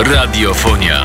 Radiofonia.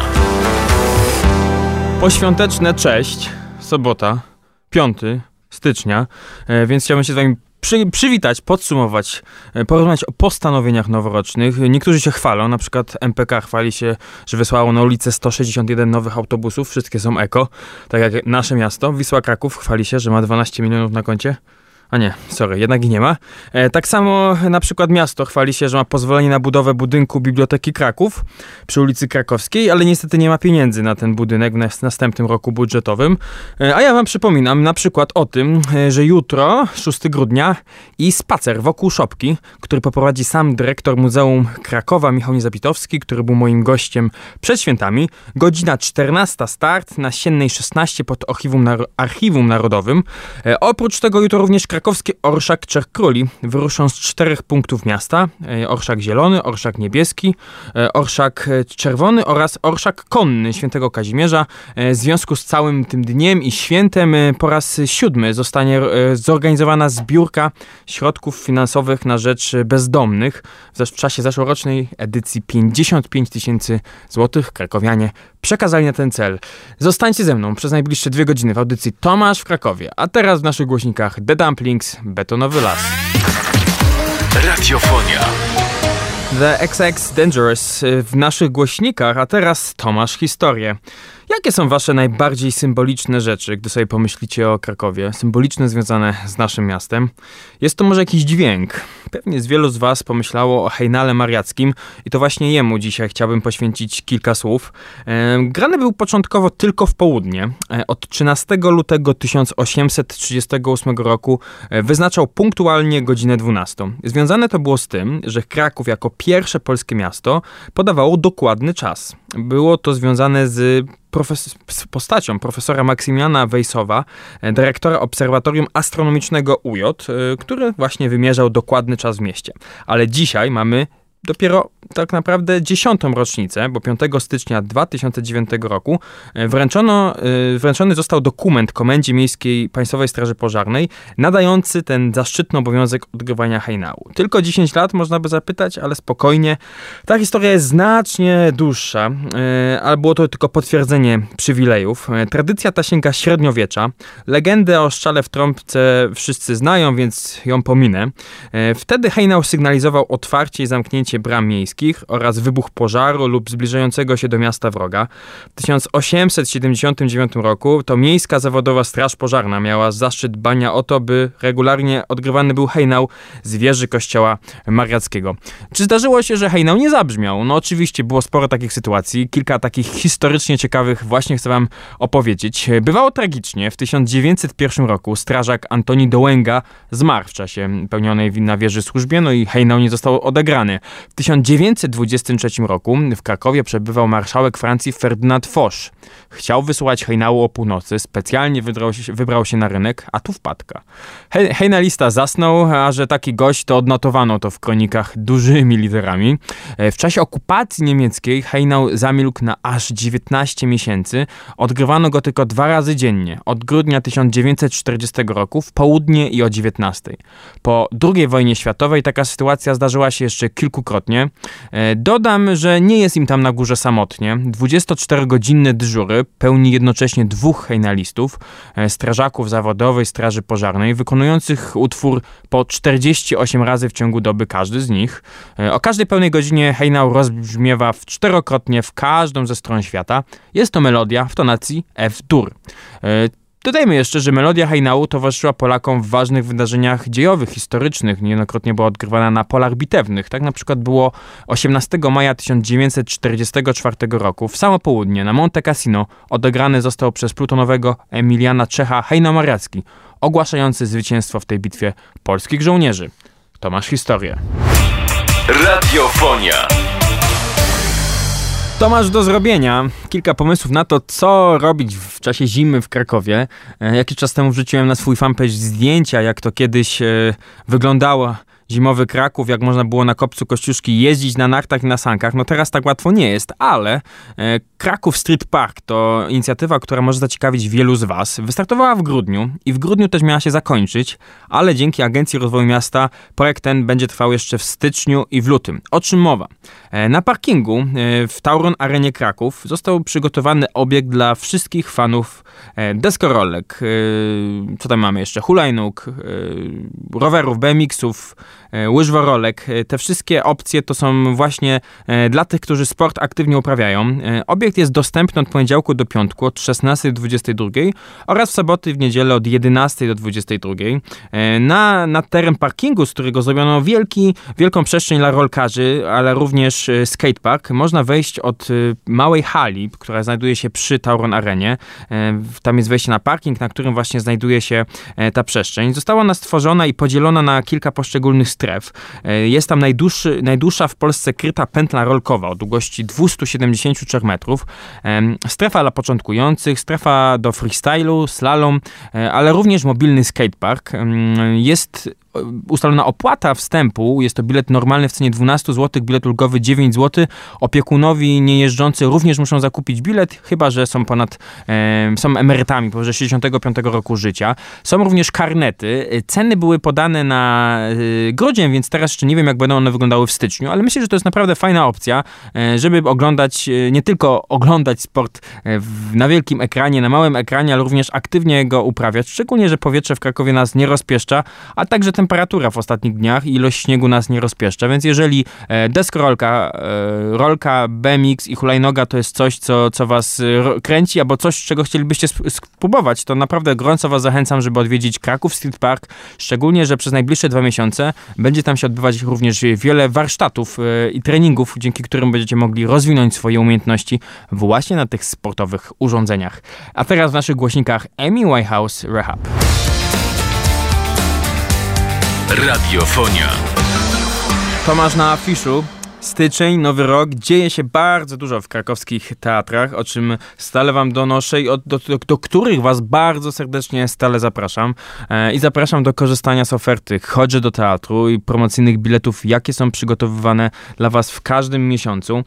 Poświąteczne cześć, sobota, 5 stycznia, więc chciałbym się z wami przywitać, podsumować, porozmawiać o postanowieniach noworocznych. Niektórzy się chwalą, na przykład MPK chwali się, że wysłało na ulicę 161 nowych autobusów, wszystkie są eko, tak jak nasze miasto. Wisła Kraków chwali się, że ma 12 milionów na koncie. A nie, sorry, jednak i nie ma. Tak samo na przykład miasto chwali się, że ma pozwolenie na budowę budynku Biblioteki Kraków przy ulicy Krakowskiej, ale niestety nie ma pieniędzy na ten budynek w następnym roku budżetowym. A ja wam przypominam na przykład o tym, że jutro, 6 grudnia, i spacer wokół szopki, który poprowadzi sam dyrektor Muzeum Krakowa, Michał Niezapitowski, który był moim gościem przed świętami. Godzina 14 start, na Siennej 16 pod Archiwum Narodowym. Oprócz tego jutro również krakowski orszak Trzech Króli wyruszą z 4 punktów miasta. Orszak zielony, orszak niebieski, orszak czerwony oraz orszak konny Świętego Kazimierza. W związku z całym tym dniem i świętem po raz 7 zostanie zorganizowana zbiórka środków finansowych na rzecz bezdomnych. W czasie zeszłorocznej edycji 55 000 złotych krakowianie przekazali na ten cel. Zostańcie ze mną przez najbliższe 2 godziny w audycji Tomasz w Krakowie. A teraz w naszych głośnikach The Dumplings, Betonowy Las. Radiofonia. The XX Dangerous w naszych głośnikach, a teraz Tomasz historię. Jakie są wasze najbardziej symboliczne rzeczy, gdy sobie pomyślicie o Krakowie? Symboliczne, związane z naszym miastem. Jest to może jakiś dźwięk. Pewnie wielu z was pomyślało o hejnale mariackim i to właśnie jemu dzisiaj chciałbym poświęcić kilka słów. Grany był początkowo tylko w południe. Od 13 lutego 1838 roku wyznaczał punktualnie godzinę 12. Związane to było z tym, że Kraków jako pierwsze polskie miasto podawało dokładny czas. Było to związane z postacią profesora Maksymiliana Wejsowa, dyrektora Obserwatorium Astronomicznego UJ, który właśnie wymierzał dokładny czas w mieście. Ale dzisiaj mamy dopiero tak naprawdę 10. rocznicę, bo 5 stycznia 2009 roku wręczony został dokument Komendzie Miejskiej Państwowej Straży Pożarnej nadający ten zaszczytny obowiązek odgrywania hejnału. Tylko 10 lat można by zapytać, ale spokojnie. Ta historia jest znacznie dłuższa, ale było to tylko potwierdzenie przywilejów. Tradycja ta sięga średniowiecza. Legendę o strzale w trąbce wszyscy znają, więc ją pominę. Wtedy hejnał sygnalizował otwarcie i zamknięcie bram miejskich oraz wybuch pożaru lub zbliżającego się do miasta wroga. W 1879 roku to Miejska Zawodowa Straż Pożarna miała zaszczyt dbania o to, by regularnie odgrywany był hejnał z wieży kościoła mariackiego. Czy zdarzyło się, że hejnał nie zabrzmiał? No oczywiście, było sporo takich sytuacji. Kilka takich historycznie ciekawych właśnie chcę wam opowiedzieć. Bywało tragicznie. W 1901 roku strażak Antoni Dołęga zmarł w czasie pełnionej na wieży służbie, no i hejnał nie został odegrany. W 1923 roku w Krakowie przebywał marszałek Francji Ferdynand Foch. Chciał wysłać hejnału o północy, specjalnie wybrał się na rynek, a tu wpadka. Hejnalista zasnął, a że taki gość, to odnotowano to w kronikach dużymi literami. W czasie okupacji niemieckiej hejnał zamilkł na aż 19 miesięcy. Odgrywano go tylko 2 razy dziennie, od grudnia 1940 roku w południe i o 19. Po II wojnie światowej taka sytuacja zdarzyła się jeszcze kilkukrotnie. Dodam, że nie jest im tam na górze samotnie. 24-godzinne dyżury pełni jednocześnie 2 hejnalistów, strażaków zawodowej Straży Pożarnej, wykonujących utwór po 48 razy w ciągu doby każdy z nich. O każdej pełnej godzinie hejnał rozbrzmiewa 4-krotnie w każdą ze stron świata. Jest to melodia w tonacji F-dur. Dodajmy jeszcze, że melodia hejnału towarzyszyła Polakom w ważnych wydarzeniach dziejowych, historycznych. Niejednokrotnie była odgrywana na polach bitewnych. Tak na przykład było 18 maja 1944 roku w samo południe na Monte Cassino odegrany został przez plutonowego Emiliana Czecha hejnał mariacki, ogłaszający zwycięstwo w tej bitwie polskich żołnierzy. Tomasz historię. Radiofonia. Tomasz do zrobienia. Kilka pomysłów na to, co robić w czasie zimy w Krakowie. Jakiś czas temu wrzuciłem na swój fanpage zdjęcia, jak to kiedyś wyglądało zimowy Kraków, jak można było na Kopcu Kościuszki jeździć na nartach i na sankach. No teraz tak łatwo nie jest, ale Kraków Street Park to inicjatywa, która może zaciekawić wielu z was. Wystartowała w grudniu i w grudniu też miała się zakończyć, ale dzięki Agencji Rozwoju Miasta projekt ten będzie trwał jeszcze w styczniu i w lutym. O czym mowa? Na parkingu w Tauron Arenie Kraków został przygotowany obiekt dla wszystkich fanów deskorolek. Co tam mamy jeszcze? Hulajnóg, rowerów, BMX-ów, łyżworolek. Te wszystkie opcje to są właśnie dla tych, którzy sport aktywnie uprawiają. Obiekt jest dostępny od poniedziałku do piątku od 16 do 22 oraz w soboty i w niedzielę od 11 do 22. Na teren parkingu, z którego zrobiono wielką przestrzeń dla rolkarzy, ale również skatepark, można wejść od małej hali, która znajduje się przy Tauron Arenie. Tam jest wejście na parking, na którym właśnie znajduje się ta przestrzeń. Została ona stworzona i podzielona na kilka poszczególnych stref. Jest tam najdłuższa w Polsce kryta pętla rolkowa o długości 273 metrów. Strefa dla początkujących, strefa do freestylu, slalom, ale również mobilny skatepark. Jest ustalona opłata wstępu, jest to bilet normalny w cenie 12 zł, bilet ulgowy 9 zł. Opiekunowi niejeżdżący również muszą zakupić bilet, chyba że są emerytami powyżej 65 roku życia. Są również karnety. Ceny były podane na grudzień, więc teraz jeszcze nie wiem, jak będą one wyglądały w styczniu, ale myślę, że to jest naprawdę fajna opcja, żeby nie tylko oglądać sport na wielkim ekranie, na małym ekranie, ale również aktywnie go uprawiać. Szczególnie, że powietrze w Krakowie nas nie rozpieszcza, a także temperatura w ostatnich dniach i ilość śniegu nas nie rozpieszcza, więc jeżeli deskorolka, rolka, BMX i hulajnoga to jest coś, co was kręci, albo coś, czego chcielibyście spróbować, to naprawdę gorąco was zachęcam, żeby odwiedzić Kraków Street Park, szczególnie, że przez najbliższe 2 miesiące będzie tam się odbywać również wiele warsztatów i treningów, dzięki którym będziecie mogli rozwinąć swoje umiejętności właśnie na tych sportowych urządzeniach. A teraz w naszych głośnikach Amy Winehouse Rehab. Radiofonia. Tomasz na afiszu. Styczeń, nowy rok, dzieje się bardzo dużo w krakowskich teatrach, o czym stale wam donoszę i do których was bardzo serdecznie stale zapraszam. I zapraszam do korzystania z oferty Chodzę do teatru i promocyjnych biletów, jakie są przygotowywane dla was w każdym miesiącu.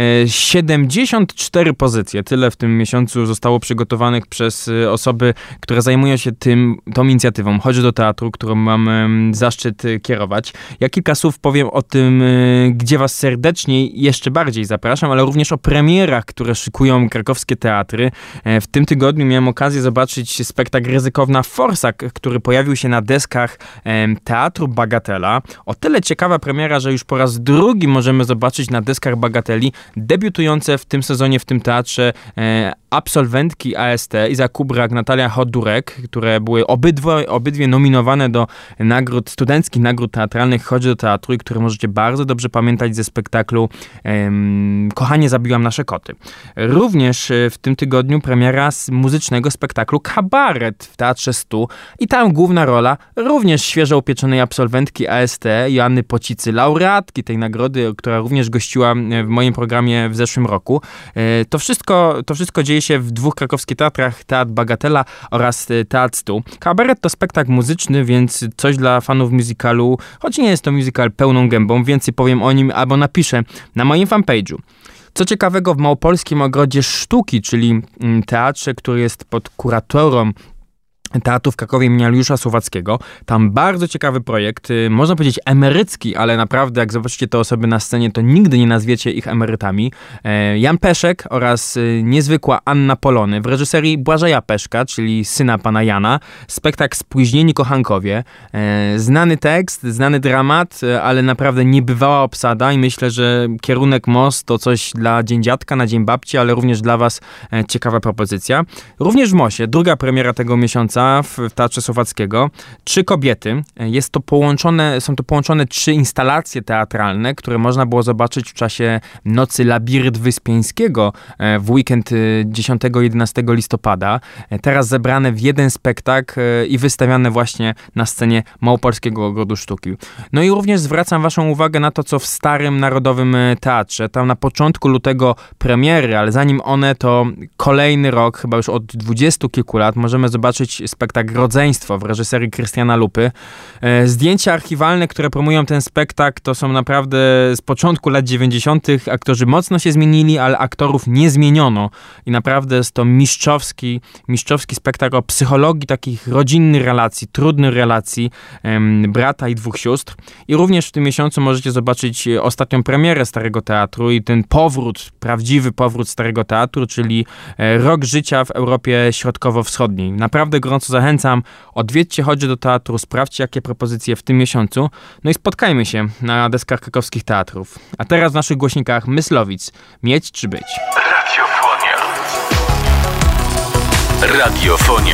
74 pozycje, tyle w tym miesiącu zostało przygotowanych przez osoby, które zajmują się tą inicjatywą Chodzę do teatru, którą mam zaszczyt kierować. Ja kilka słów powiem o tym, gdzie was serdecznie jeszcze bardziej zapraszam, ale również o premierach, które szykują krakowskie teatry. W tym tygodniu miałem okazję zobaczyć spektakl Ryzykowna Forsa, który pojawił się na deskach Teatru Bagatela. O tyle ciekawa premiera, że już po raz drugi możemy zobaczyć na deskach Bagateli debiutujące w tym sezonie w tym teatrze absolwentki AST, Iza Kubrak, Natalia Chodurek, które były obydwie nominowane do studenckich nagród teatralnych Chodź do teatru i które możecie bardzo dobrze pamiętać ze spektaklu Kochanie, zabiłam nasze koty. Również w tym tygodniu premiera z muzycznego spektaklu Kabaret w Teatrze Stu i tam główna rola również świeżo upieczonej absolwentki AST, Joanny Pocicy, laureatki tej nagrody, która również gościła w moim programie w zeszłym roku. To wszystko dzieje się w 2 krakowskich teatrach, Teatr Bagatela oraz Teatr Stu. Kabaret to spektakl muzyczny, więc coś dla fanów musicalu, choć nie jest to musical pełną gębą, więcej powiem o nim albo napiszę na moim fanpage'u. Co ciekawego, w Małopolskim Ogrodzie Sztuki, czyli teatrze, który jest pod kuratorą Teatru w Krakowie im. Juliusza Słowackiego. Tam bardzo ciekawy projekt, można powiedzieć emerycki, ale naprawdę jak zobaczycie te osoby na scenie, to nigdy nie nazwiecie ich emerytami. Jan Peszek oraz niezwykła Anna Polony w reżyserii Błażeja Peszka, czyli syna pana Jana. Spektakl Spóźnieni kochankowie. Znany tekst, znany dramat, ale naprawdę niebywała obsada i myślę, że kierunek Most to coś dla Dzień Dziadka, na Dzień Babci, ale również dla was ciekawa propozycja. Również w Mosie, druga premiera tego miesiąca w Teatrze Słowackiego. 3 kobiety. Są to połączone 3 instalacje teatralne, które można było zobaczyć w czasie Nocy Labirynt Wyspiańskiego w weekend 10-11 listopada. Teraz zebrane w jeden spektakl i wystawiane właśnie na scenie Małopolskiego Ogrodu Sztuki. No i również zwracam waszą uwagę na to, co w Starym Narodowym Teatrze. Tam na początku lutego premiery, ale zanim one, to kolejny rok, chyba już od 20 kilku lat, możemy zobaczyć spektakl Rodzeństwo w reżyserii Krystiana Lupy. Zdjęcia archiwalne, które promują ten spektakl, to są naprawdę z początku lat 90. Aktorzy mocno się zmienili, ale aktorów nie zmieniono. I naprawdę jest to mistrzowski spektakl o psychologii takich rodzinnych relacji, trudnych relacji brata i dwóch sióstr. I również w tym miesiącu możecie zobaczyć ostatnią premierę Starego Teatru i ten prawdziwy powrót Starego Teatru, czyli rok życia w Europie Środkowo-Wschodniej. Naprawdę gorąco zachęcam. Odwiedźcie, chodźcie do teatru, sprawdźcie, jakie propozycje w tym miesiącu. No i spotkajmy się na deskach krakowskich teatrów. A teraz w naszych głośnikach Myslowic. Mieć czy być? Radiofonia.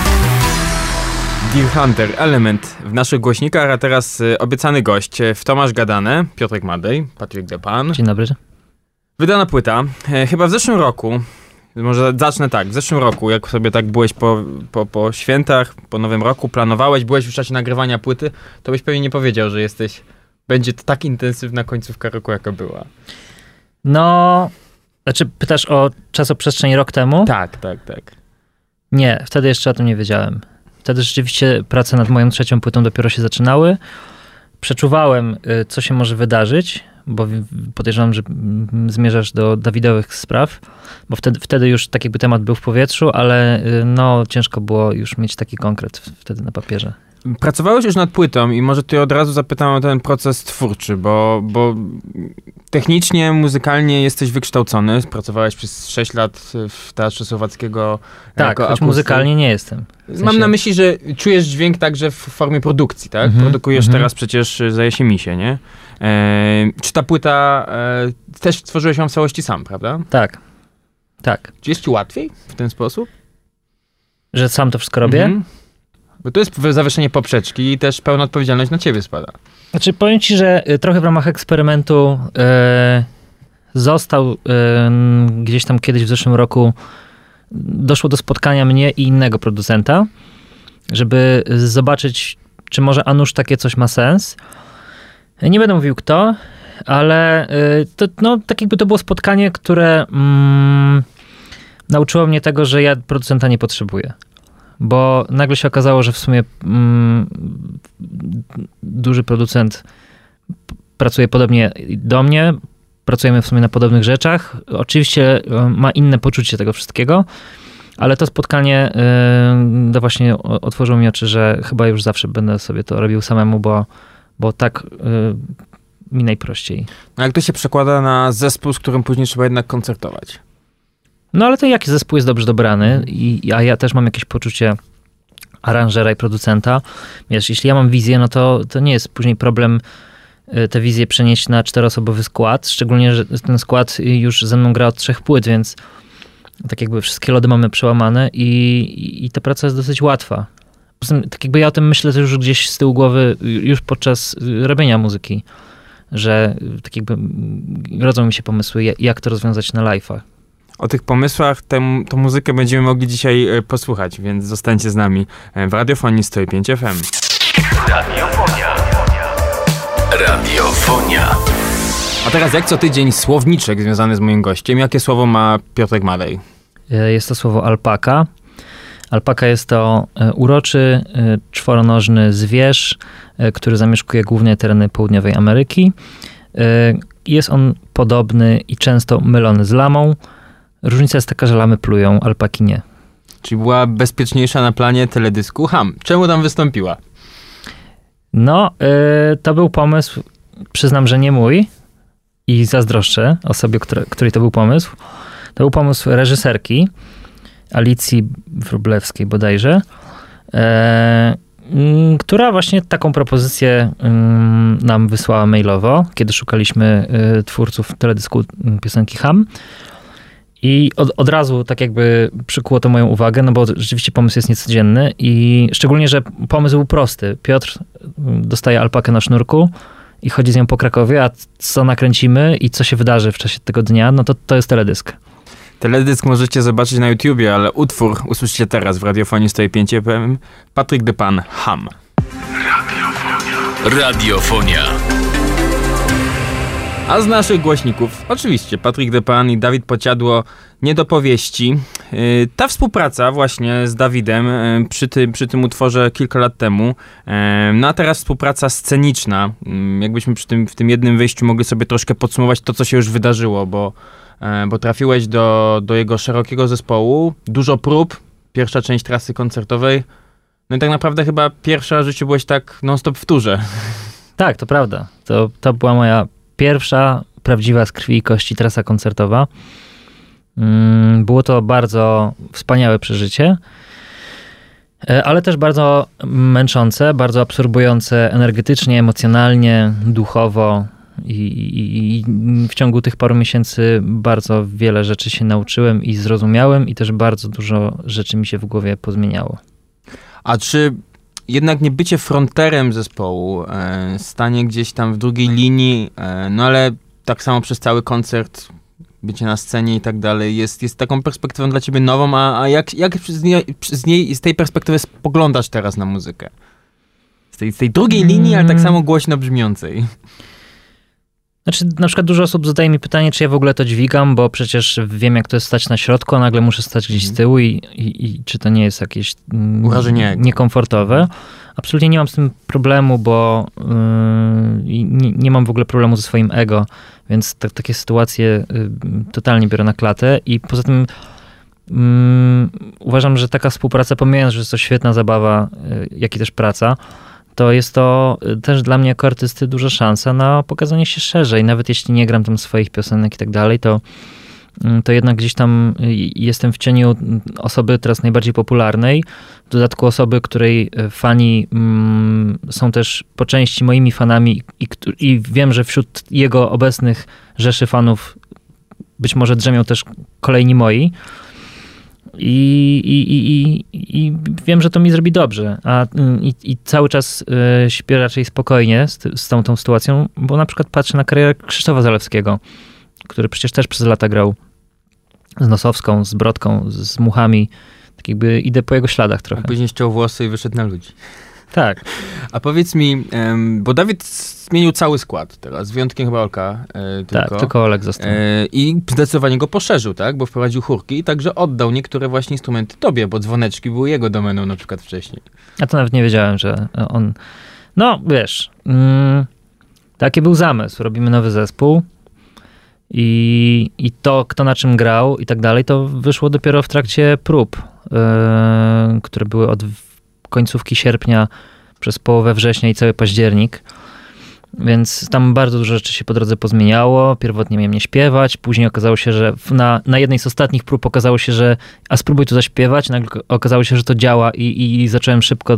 Deer Hunter, Element w naszych głośnikach, a teraz obiecany gość w Tomasz Gadane, Piotrek Madej, Patryk Depan. Dzień dobry. Wydana płyta. Chyba w zeszłym roku, może zacznę tak, w zeszłym roku, jak sobie tak byłeś po świętach, po Nowym Roku, planowałeś, byłeś w czasie nagrywania płyty, to byś pewnie nie powiedział, że będzie to tak intensywna końcówka roku, jaka była. No, znaczy pytasz o czasoprzestrzeń rok temu? Tak. Nie, wtedy jeszcze o tym nie wiedziałem. Wtedy rzeczywiście prace nad moją trzecią płytą dopiero się zaczynały. Przeczuwałem, co się może wydarzyć, bo podejrzewam, że zmierzasz do Dawidowych spraw, bo wtedy już tak jakby temat był w powietrzu, ale no ciężko było już mieć taki konkret wtedy na papierze. Pracowałeś już nad płytą i może ty od razu zapytam o ten proces twórczy, bo technicznie, muzykalnie jesteś wykształcony. Pracowałeś przez 6 lat w Teatrze Słowackiego. Tak, choć muzykalnie nie jestem. W sensie... Mam na myśli, że czujesz dźwięk także w formie produkcji, tak? Produkujesz teraz przecież, zdaje się, Misie, nie? Czy ta płyta też stworzyłeś ją w całości sam, prawda? Tak. Czy jest ci łatwiej w ten sposób? Że sam to wszystko robię? Bo to jest zawieszenie poprzeczki i też pełna odpowiedzialność na ciebie spada. Znaczy, powiem ci, że trochę w ramach eksperymentu został gdzieś tam kiedyś w zeszłym roku, doszło do spotkania mnie i innego producenta, żeby zobaczyć, czy może a nuż takie coś ma sens. Nie będę mówił kto, ale tak jakby to było spotkanie, które nauczyło mnie tego, że ja producenta nie potrzebuję. Bo nagle się okazało, że w sumie duży producent pracuje podobnie do mnie, pracujemy w sumie na podobnych rzeczach. Oczywiście ma inne poczucie tego wszystkiego, ale to spotkanie właśnie otworzyło mi oczy, że chyba już zawsze będę sobie to robił samemu, bo tak mi najprościej. A jak to się przekłada na zespół, z którym później trzeba jednak koncertować? No ale to jaki zespół jest dobrze dobrany, a ja też mam jakieś poczucie aranżera i producenta. Wiesz, jeśli ja mam wizję, no to nie jest później problem tę wizję przenieść na 4-osobowy skład, szczególnie, że ten skład już ze mną gra od 3 płyt, więc tak jakby wszystkie lody mamy przełamane i ta praca jest dosyć łatwa. Poza tym, tak jakby ja o tym myślę też już gdzieś z tyłu głowy, już podczas robienia muzyki, że tak jakby rodzą mi się pomysły, jak to rozwiązać na live'ach. O tych pomysłach, tą muzykę będziemy mogli dzisiaj posłuchać, więc zostańcie z nami w Radiofonii 105 FM. Radiofonia. A teraz jak co tydzień słowniczek związany z moim gościem. Jakie słowo ma Piotrek Madej? Jest to słowo alpaka. Alpaka jest to uroczy, czworonożny zwierz, który zamieszkuje głównie tereny południowej Ameryki. Jest on podobny i często mylony z lamą. Różnica jest taka, że lamy plują, alpaki nie. Czyli była bezpieczniejsza na planie teledysku Ham. Czemu tam wystąpiła? No, to był pomysł, przyznam, że nie mój i zazdroszczę osobie, której to był pomysł. To był pomysł reżyserki Alicji Wróblewskiej bodajże, która właśnie taką propozycję nam wysłała mailowo, kiedy szukaliśmy twórców teledysku piosenki Ham. I od razu tak jakby przykuło to moją uwagę, no bo rzeczywiście pomysł jest niecodzienny i szczególnie, że pomysł był prosty. Piotr dostaje alpakę na sznurku i chodzi z nią po Krakowie, a co nakręcimy i co się wydarzy w czasie tego dnia, no to jest teledysk. Teledysk możecie zobaczyć na YouTubie, ale utwór usłyszycie teraz w Radiofonii 105 FM. Patryk Depan, Ham. Radiofonia. A z naszych głośników, oczywiście, Patryk Depan i Dawid Podsiadło, nie do powieści. Ta współpraca właśnie z Dawidem przy tym utworze kilka lat temu, no a teraz współpraca sceniczna. Jakbyśmy w tym jednym wyjściu mogli sobie troszkę podsumować to, co się już wydarzyło, bo trafiłeś do jego szerokiego zespołu, dużo prób, pierwsza część trasy koncertowej, no i tak naprawdę chyba pierwsza raz w życiu byłeś tak non-stop w turze. Tak, to prawda. To była moja pierwsza prawdziwa z krwi i kości trasa koncertowa. Było to bardzo wspaniałe przeżycie, ale też bardzo męczące, bardzo absorbujące energetycznie, emocjonalnie, duchowo i w ciągu tych paru miesięcy bardzo wiele rzeczy się nauczyłem i zrozumiałem i też bardzo dużo rzeczy mi się w głowie pozmieniało. A czy jednak nie bycie fronterem zespołu, stanie gdzieś tam w drugiej linii, no ale tak samo przez cały koncert, bycie na scenie i tak dalej, jest taką perspektywą dla ciebie nową, a jak z tej perspektywy spoglądasz teraz na muzykę? Z tej drugiej linii, ale tak samo głośno brzmiącej. Znaczy, na przykład dużo osób zadaje mi pytanie, czy ja w ogóle to dźwigam, bo przecież wiem, jak to jest stać na środku, a nagle muszę stać gdzieś z tyłu i czy to nie jest jakieś niekomfortowe. Absolutnie nie mam z tym problemu, bo nie mam w ogóle problemu ze swoim ego, więc takie sytuacje totalnie biorę na klatę i poza tym uważam, że taka współpraca, pomijając, że jest to świetna zabawa, jak i też praca, to jest to też dla mnie jako artysty duża szansa na pokazanie się szerzej. Nawet jeśli nie gram tam swoich piosenek i tak dalej, to jednak gdzieś tam jestem w cieniu osoby teraz najbardziej popularnej. W dodatku osoby, której fani są też po części moimi fanami i wiem, że wśród jego obecnych rzeszy fanów być może drzemią też kolejni moi. I wiem, że to mi zrobi dobrze. I cały czas śpię raczej spokojnie z tą sytuacją, bo na przykład patrzę na karierę Krzysztofa Zalewskiego, który przecież też przez lata grał z Nosowską, z Brodką, z Muchami. Tak jakby idę po jego śladach trochę. A później ściął włosy i wyszedł na ludzi. Tak. A powiedz mi, bo Dawid zmienił cały skład teraz, z wyjątkiem chyba Olka. Tak, tylko Olek został. I zdecydowanie go poszerzył, tak? Bo wprowadził chórki i także oddał niektóre właśnie instrumenty tobie, bo dzwoneczki były jego domeną na przykład wcześniej. Ja to nawet nie wiedziałem, że on... No, wiesz, taki był zamysł. Robimy nowy zespół i to, kto na czym grał i tak dalej, to wyszło dopiero w trakcie prób, które były od końcówki sierpnia przez połowę września i cały październik. Więc tam bardzo dużo rzeczy się po drodze pozmieniało. Pierwotnie miałem nie śpiewać, później okazało się, że na jednej z ostatnich prób okazało się, że a spróbuj tu zaśpiewać. Nagle okazało się, że to działa i zacząłem szybko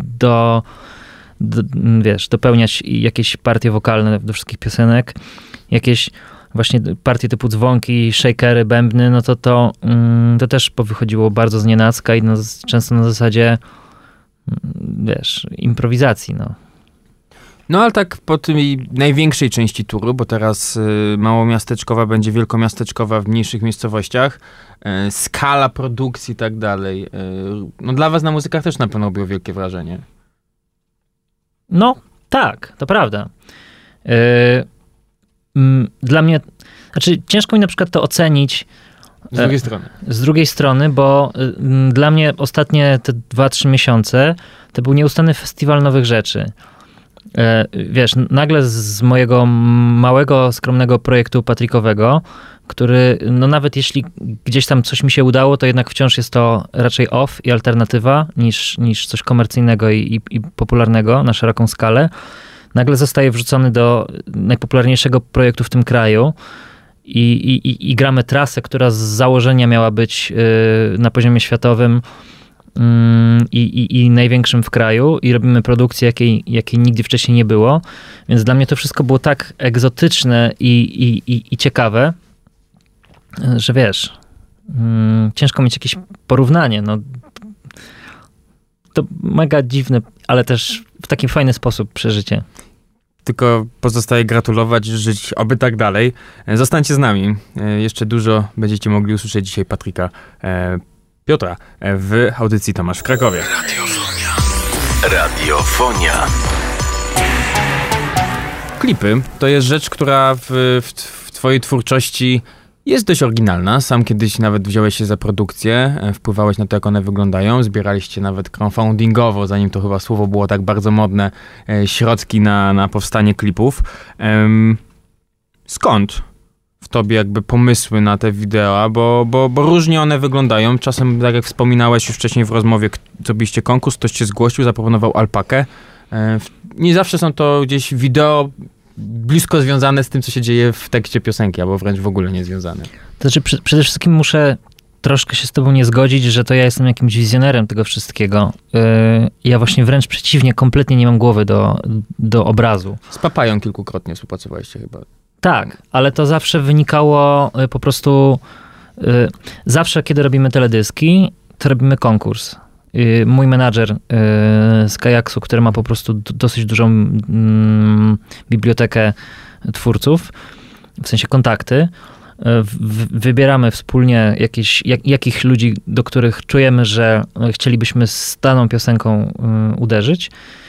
dopełniać jakieś partie wokalne do wszystkich piosenek. Jakieś właśnie partie typu dzwonki, shakery, bębny, no to też powychodziło bardzo znienacka i często na zasadzie improwizacji, no. No ale tak po tej największej części turu, bo teraz małomiasteczkowa będzie wielkomiasteczkowa w mniejszych miejscowościach, skala produkcji i tak dalej. No dla was na muzykach też na pewno robiło wielkie wrażenie. No, tak, to prawda. Dla mnie, znaczy ciężko mi na przykład to ocenić z drugiej strony, bo dla mnie ostatnie te 2-3 miesiące to był nieustanny festiwal nowych rzeczy. Wiesz, nagle z mojego małego, skromnego projektu patrikowego, który, no nawet jeśli gdzieś tam coś mi się udało, to jednak wciąż jest to raczej off i alternatywa niż coś komercyjnego i popularnego na szeroką skalę. Nagle zostaje wrzucony do najpopularniejszego projektu w tym kraju i gramy trasę, która z założenia miała być na poziomie światowym i największym w kraju i robimy produkcję, jakiej nigdy wcześniej nie było. Więc dla mnie to wszystko było tak egzotyczne i ciekawe, że wiesz, ciężko mieć jakieś porównanie. No, to mega dziwne, ale też w taki fajny sposób przeżycie. Tylko pozostaje gratulować, żyć oby tak dalej. Zostańcie z nami. Jeszcze dużo będziecie mogli usłyszeć dzisiaj Patryka Piotra w audycji Tomasz w Krakowie. Radiofonia. Klipy to jest rzecz, która w twojej twórczości Jest dość oryginalna. Sam kiedyś nawet wziąłeś się za produkcję, wpływałeś na to, jak one wyglądają. Zbieraliście nawet crowdfundingowo, zanim to chyba słowo było tak bardzo modne, środki na powstanie klipów. Skąd w tobie jakby pomysły na te wideo? Bo różnie one wyglądają. Czasem, tak jak wspominałeś już wcześniej w rozmowie, zrobiliście konkurs, ktoś cię zgłosił, zaproponował alpakę. Nie zawsze są to gdzieś wideo blisko związane z tym, co się dzieje w tekście piosenki, albo wręcz w ogóle nie związane. To znaczy, przede wszystkim muszę troszkę się z tobą nie zgodzić, że to ja jestem jakimś wizjonerem tego wszystkiego. Ja właśnie wręcz przeciwnie, kompletnie nie mam głowy do obrazu. Z Papają kilkukrotnie współpracowaliście chyba. Tak, ale to zawsze wynikało po prostu... Zawsze, kiedy robimy teledyski, to robimy konkurs. Mój menadżer z Kajaksu, który ma po prostu dosyć dużą bibliotekę twórców, w sensie kontakty, wybieramy wspólnie jakich ludzi, do których czujemy, że chcielibyśmy z daną piosenką uderzyć.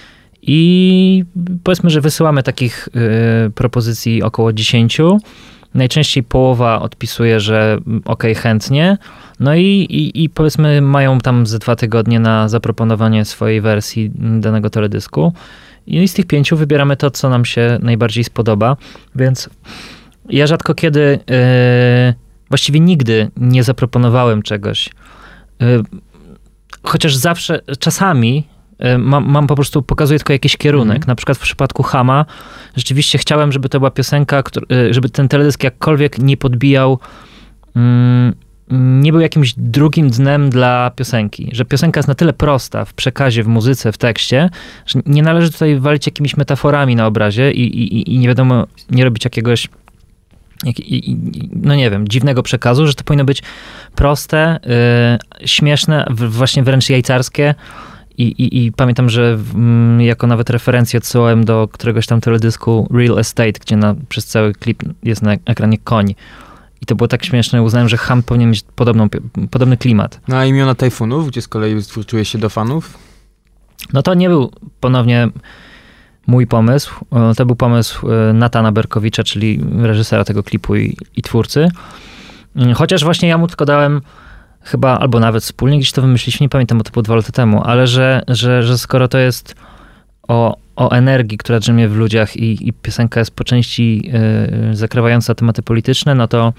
I powiedzmy, że wysyłamy takich propozycji około 10. Najczęściej połowa odpisuje, że okej, chętnie. No i powiedzmy mają tam ze 2 tygodnie na zaproponowanie swojej wersji danego teledysku. I z tych 5 wybieramy to, co nam się najbardziej spodoba. Więc ja rzadko kiedy, właściwie nigdy nie zaproponowałem czegoś. Chociaż zawsze, czasami mam po prostu, pokazuję tylko jakiś kierunek. Na przykład w przypadku Hama rzeczywiście chciałem, żeby to była piosenka, żeby ten teledysk jakkolwiek nie podbijał, nie był jakimś drugim dnem dla piosenki. Że piosenka jest na tyle prosta w przekazie, w muzyce, w tekście, że nie należy tutaj walić jakimiś metaforami na obrazie i nie wiadomo, nie robić jakiegoś no nie wiem, dziwnego przekazu, że to powinno być proste, śmieszne, właśnie wręcz jajcarskie. I pamiętam, że jako nawet referencję odsyłałem do któregoś tam teledysku Real Estate, gdzie przez cały klip jest na ekranie koń. I to było tak śmieszne, uznałem, że Ham powinien mieć podobny klimat. No a Imiona Tajfunów, gdzie z kolei zwróciłeś się do fanów? No to nie był ponownie mój pomysł. To był pomysł Natana Berkowicza, czyli reżysera tego klipu i twórcy. Chociaż właśnie ja mu tylko dałem chyba, albo nawet wspólnie gdzieś to wymyśliliśmy, nie pamiętam, bo to było 2 lata temu, ale że skoro to jest o energii, która drzemie w ludziach i piosenka jest po części zakrywająca tematy polityczne, no to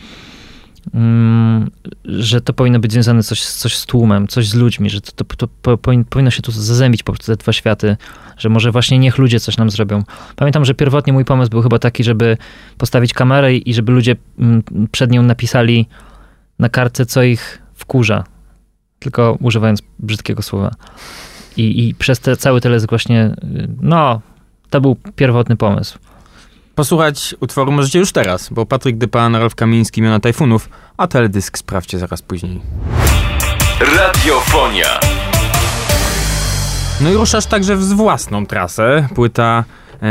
że to powinno być związane coś z tłumem, coś z ludźmi, że to powinno się tu zazębić po prostu te 2 światy, że może właśnie niech ludzie coś nam zrobią. Pamiętam, że pierwotnie mój pomysł był chyba taki, żeby postawić kamerę i żeby ludzie przed nią napisali na kartce, co ich wkurza, tylko używając brzydkiego słowa. I przez cały teledysk właśnie, no, to był pierwotny pomysł. Posłuchać utworu możecie już teraz, bo Patryk Dypan, Ralf Kamiński, Imiona Tajfunów, a teledysk sprawdźcie zaraz później. Radiofonia. No i ruszasz także w własną trasę. Płyta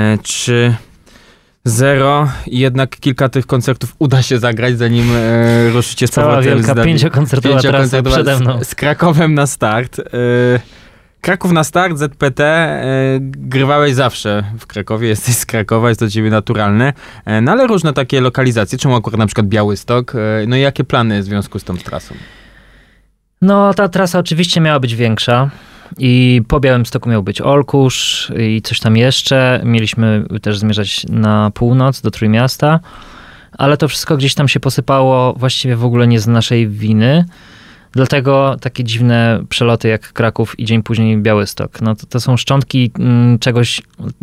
3-0 i jednak kilka tych koncertów uda się zagrać, zanim ruszycie z powrotem. Cała wielka 5-koncertowa trasa przede mną. Z Krakowem na start. Kraków na start, ZPT, grywałeś zawsze w Krakowie, jesteś z Krakowa, jest to dla ciebie naturalne, no ale różne takie lokalizacje, czemu akurat na przykład Białystok, no i jakie plany w związku z tą trasą? No ta trasa oczywiście miała być większa i po Białymstoku miał być Olkusz i coś tam jeszcze, mieliśmy też zmierzać na północ do Trójmiasta, ale to wszystko gdzieś tam się posypało właściwie w ogóle nie z naszej winy. Dlatego takie dziwne przeloty jak Kraków i dzień później Białystok. No to są szczątki czegoś,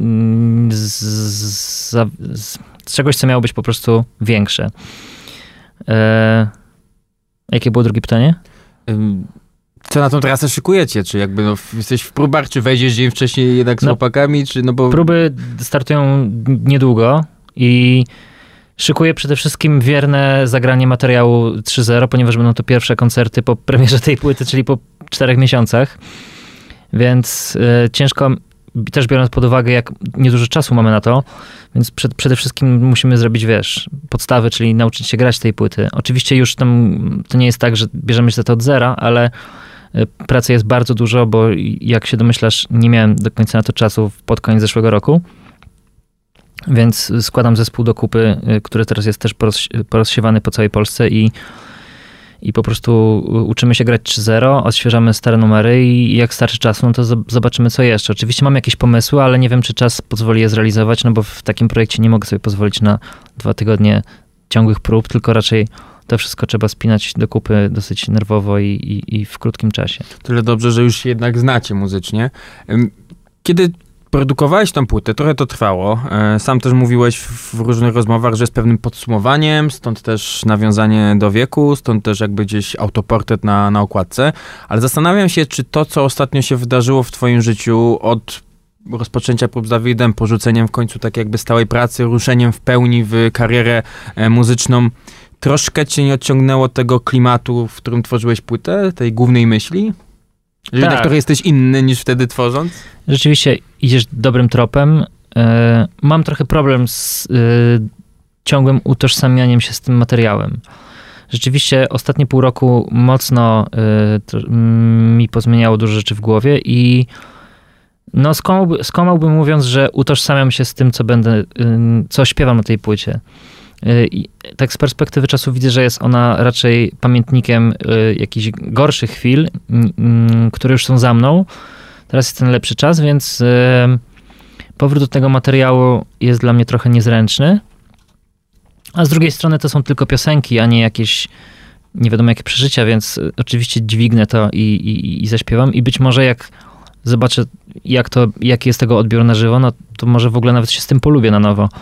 czegoś, co miało być po prostu większe. Jakie było drugie pytanie? Co na tą trasę szykujecie? Czy jakby jesteś w próbach, czy wejdziesz dzień wcześniej jednak z chłopakami? Czy bo... Próby startują niedługo i szykuję przede wszystkim wierne zagranie materiału 3.0, ponieważ będą to pierwsze koncerty po premierze tej płyty, czyli po 4 miesiącach. Więc ciężko, też biorąc pod uwagę, jak niedużo czasu mamy na to, więc przede wszystkim musimy zrobić, podstawy, czyli nauczyć się grać tej płyty. Oczywiście już tam to nie jest tak, że bierzemy się to od zera, ale pracy jest bardzo dużo, bo jak się domyślasz, nie miałem do końca na to czasu pod koniec zeszłego roku. Więc składam zespół do kupy, który teraz jest też porozsiewany po całej Polsce i po prostu uczymy się grać 3.0, odświeżamy stare numery i jak starczy czasu, no to zobaczymy co jeszcze. Oczywiście mam jakieś pomysły, ale nie wiem, czy czas pozwoli je zrealizować, no bo w takim projekcie nie mogę sobie pozwolić na 2 tygodnie ciągłych prób, tylko raczej to wszystko trzeba spinać do kupy dosyć nerwowo i w krótkim czasie. Tyle dobrze, że już się jednak znacie muzycznie. Kiedy produkowałeś tą płytę, trochę to trwało. Sam też mówiłeś w różnych rozmowach, że jest pewnym podsumowaniem, stąd też nawiązanie do wieku, stąd też jakby gdzieś autoportret na okładce. Ale zastanawiam się, czy to, co ostatnio się wydarzyło w twoim życiu od rozpoczęcia prób z Dawidem, porzuceniem w końcu tak jakby stałej pracy, ruszeniem w pełni w karierę muzyczną, troszkę cię nie odciągnęło tego klimatu, w którym tworzyłeś płytę, tej głównej myśli? Że jednak trochę jesteś inny niż wtedy tworząc? Rzeczywiście idziesz dobrym tropem. Mam trochę problem z ciągłym utożsamianiem się z tym materiałem. Rzeczywiście ostatnie pół roku mocno mi pozmieniało dużo rzeczy w głowie i no skłamałbym mówiąc, że utożsamiam się z tym, co śpiewam na tej płycie. I tak z perspektywy czasu widzę, że jest ona raczej pamiętnikiem jakichś gorszych chwil, które już są za mną. Teraz jest ten lepszy czas, więc powrót do tego materiału jest dla mnie trochę niezręczny. A z drugiej strony to są tylko piosenki, a nie jakieś nie wiadomo jakie przeżycia, więc oczywiście dźwignę to i zaśpiewam. I być może jak zobaczę, jaki jest tego odbiór na żywo, no to może w ogóle nawet się z tym polubię na nowo.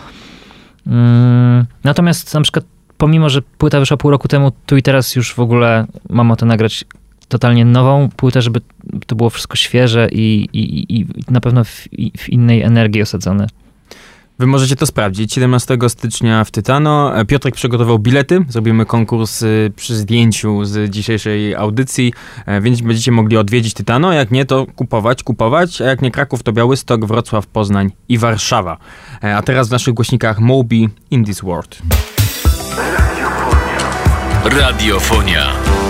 Natomiast na przykład pomimo, że płyta wyszła pół roku temu, tu i teraz już w ogóle mam ochotę nagrać totalnie nową płytę, żeby to było wszystko świeże i na pewno w innej energii osadzone. Wy możecie to sprawdzić. 17 stycznia w Tytano. Piotrek przygotował bilety. Zrobimy konkurs przy zdjęciu z dzisiejszej audycji, więc będziecie mogli odwiedzić Tytano. Jak nie, to kupować. A jak nie Kraków, to Białystok, Wrocław, Poznań i Warszawa. A teraz w naszych głośnikach Moby in this world. Radiofonia.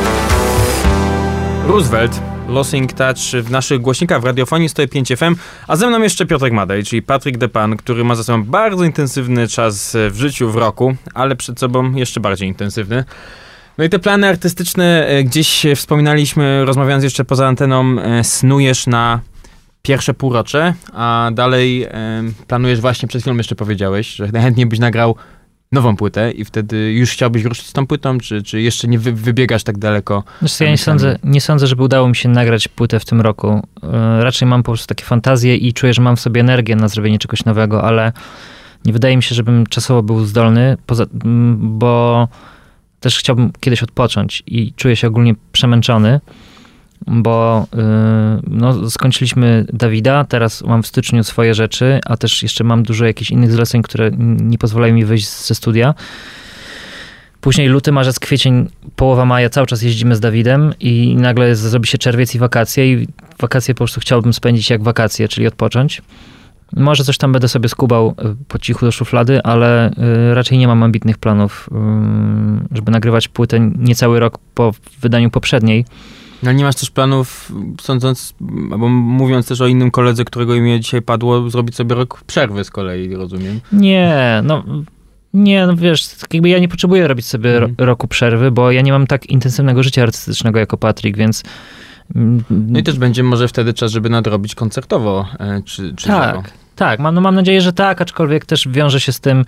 Roosevelt, Losing Touch w naszych głośnikach w radiofonii 105 FM, a ze mną jeszcze Piotrek Madej, czyli Patryk de Pan, który ma za sobą bardzo intensywny czas w życiu, w roku, ale przed sobą jeszcze bardziej intensywny. No i te plany artystyczne gdzieś wspominaliśmy, rozmawiając jeszcze poza anteną, snujesz na pierwsze półrocze, a dalej planujesz właśnie, przed chwilą jeszcze powiedziałeś, że najchętniej byś nagrał nową płytę i wtedy już chciałbyś ruszyć z tą płytą, czy jeszcze nie wybiegasz tak daleko? Wiesz, ja nie sądzę, żeby udało mi się nagrać płytę w tym roku. Raczej mam po prostu takie fantazje i czuję, że mam w sobie energię na zrobienie czegoś nowego, ale nie wydaje mi się, żebym czasowo był zdolny, bo też chciałbym kiedyś odpocząć i czuję się ogólnie przemęczony, bo skończyliśmy Dawida, teraz mam w styczniu swoje rzeczy, a też jeszcze mam dużo jakichś innych zleceń, które nie pozwalają mi wyjść ze studia. Później luty, marzec, kwiecień, połowa maja cały czas jeździmy z Dawidem i nagle zrobi się czerwiec i wakacje po prostu chciałbym spędzić jak wakacje, czyli odpocząć. Może coś tam będę sobie skubał po cichu do szuflady, ale raczej nie mam ambitnych planów, żeby nagrywać płytę niecały rok po wydaniu poprzedniej. No nie masz też planów, sądząc, albo mówiąc też o innym koledze, którego imię dzisiaj padło, zrobić sobie rok przerwy z kolei, rozumiem? Nie, wiesz, tak jakby ja nie potrzebuję robić sobie roku przerwy, bo ja nie mam tak intensywnego życia artystycznego jako Patryk, więc... No i też będzie może wtedy czas, żeby nadrobić koncertowo, czy tak, mam nadzieję, że tak, aczkolwiek też wiąże się z tym,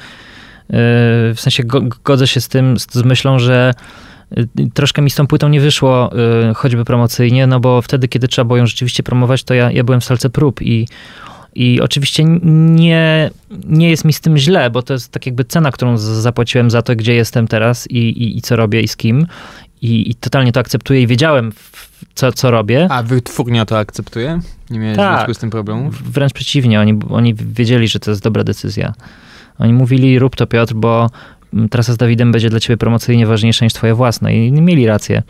w sensie godzę się z myślą, że troszkę mi z tą płytą nie wyszło, choćby promocyjnie, no bo wtedy, kiedy trzeba było ją rzeczywiście promować, to ja byłem w salce prób i oczywiście nie jest mi z tym źle, bo to jest tak jakby cena, którą zapłaciłem za to, gdzie jestem teraz i co robię i z kim. I totalnie to akceptuję i wiedziałem, co robię. A wytwórnia to akceptuje? Nie miałeś w związku z tym problemów? Wręcz przeciwnie, oni wiedzieli, że to jest dobra decyzja. Oni mówili, rób to Piotr, bo trasa z Dawidem będzie dla ciebie promocyjnie ważniejsza niż twoja własna. I mieli rację.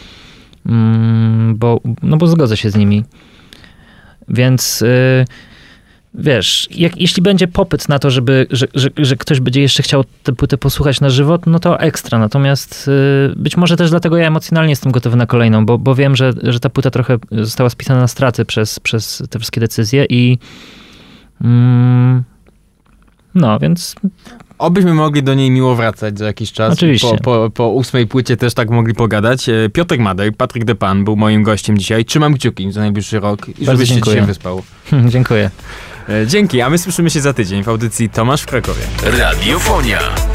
Bo zgodzę się z nimi. Więc wiesz, jeśli będzie popyt na to, że ktoś będzie jeszcze chciał tę płytę posłuchać na żywo, no to ekstra. Natomiast być może też dlatego ja emocjonalnie jestem gotowy na kolejną, bo wiem, że ta płyta trochę została spisana na straty przez te wszystkie decyzje i No, więc... Obyśmy mogli do niej miło wracać za jakiś czas. Oczywiście. Po 8 płycie też tak mogli pogadać. Piotrek Madej, Patryk Depan był moim gościem dzisiaj. Trzymam kciuki za najbliższy rok i żebyś się dzisiaj wyspał. Dziękuję. Dzięki, a my słyszymy się za tydzień w audycji Tomasz w Krakowie. Radiofonia.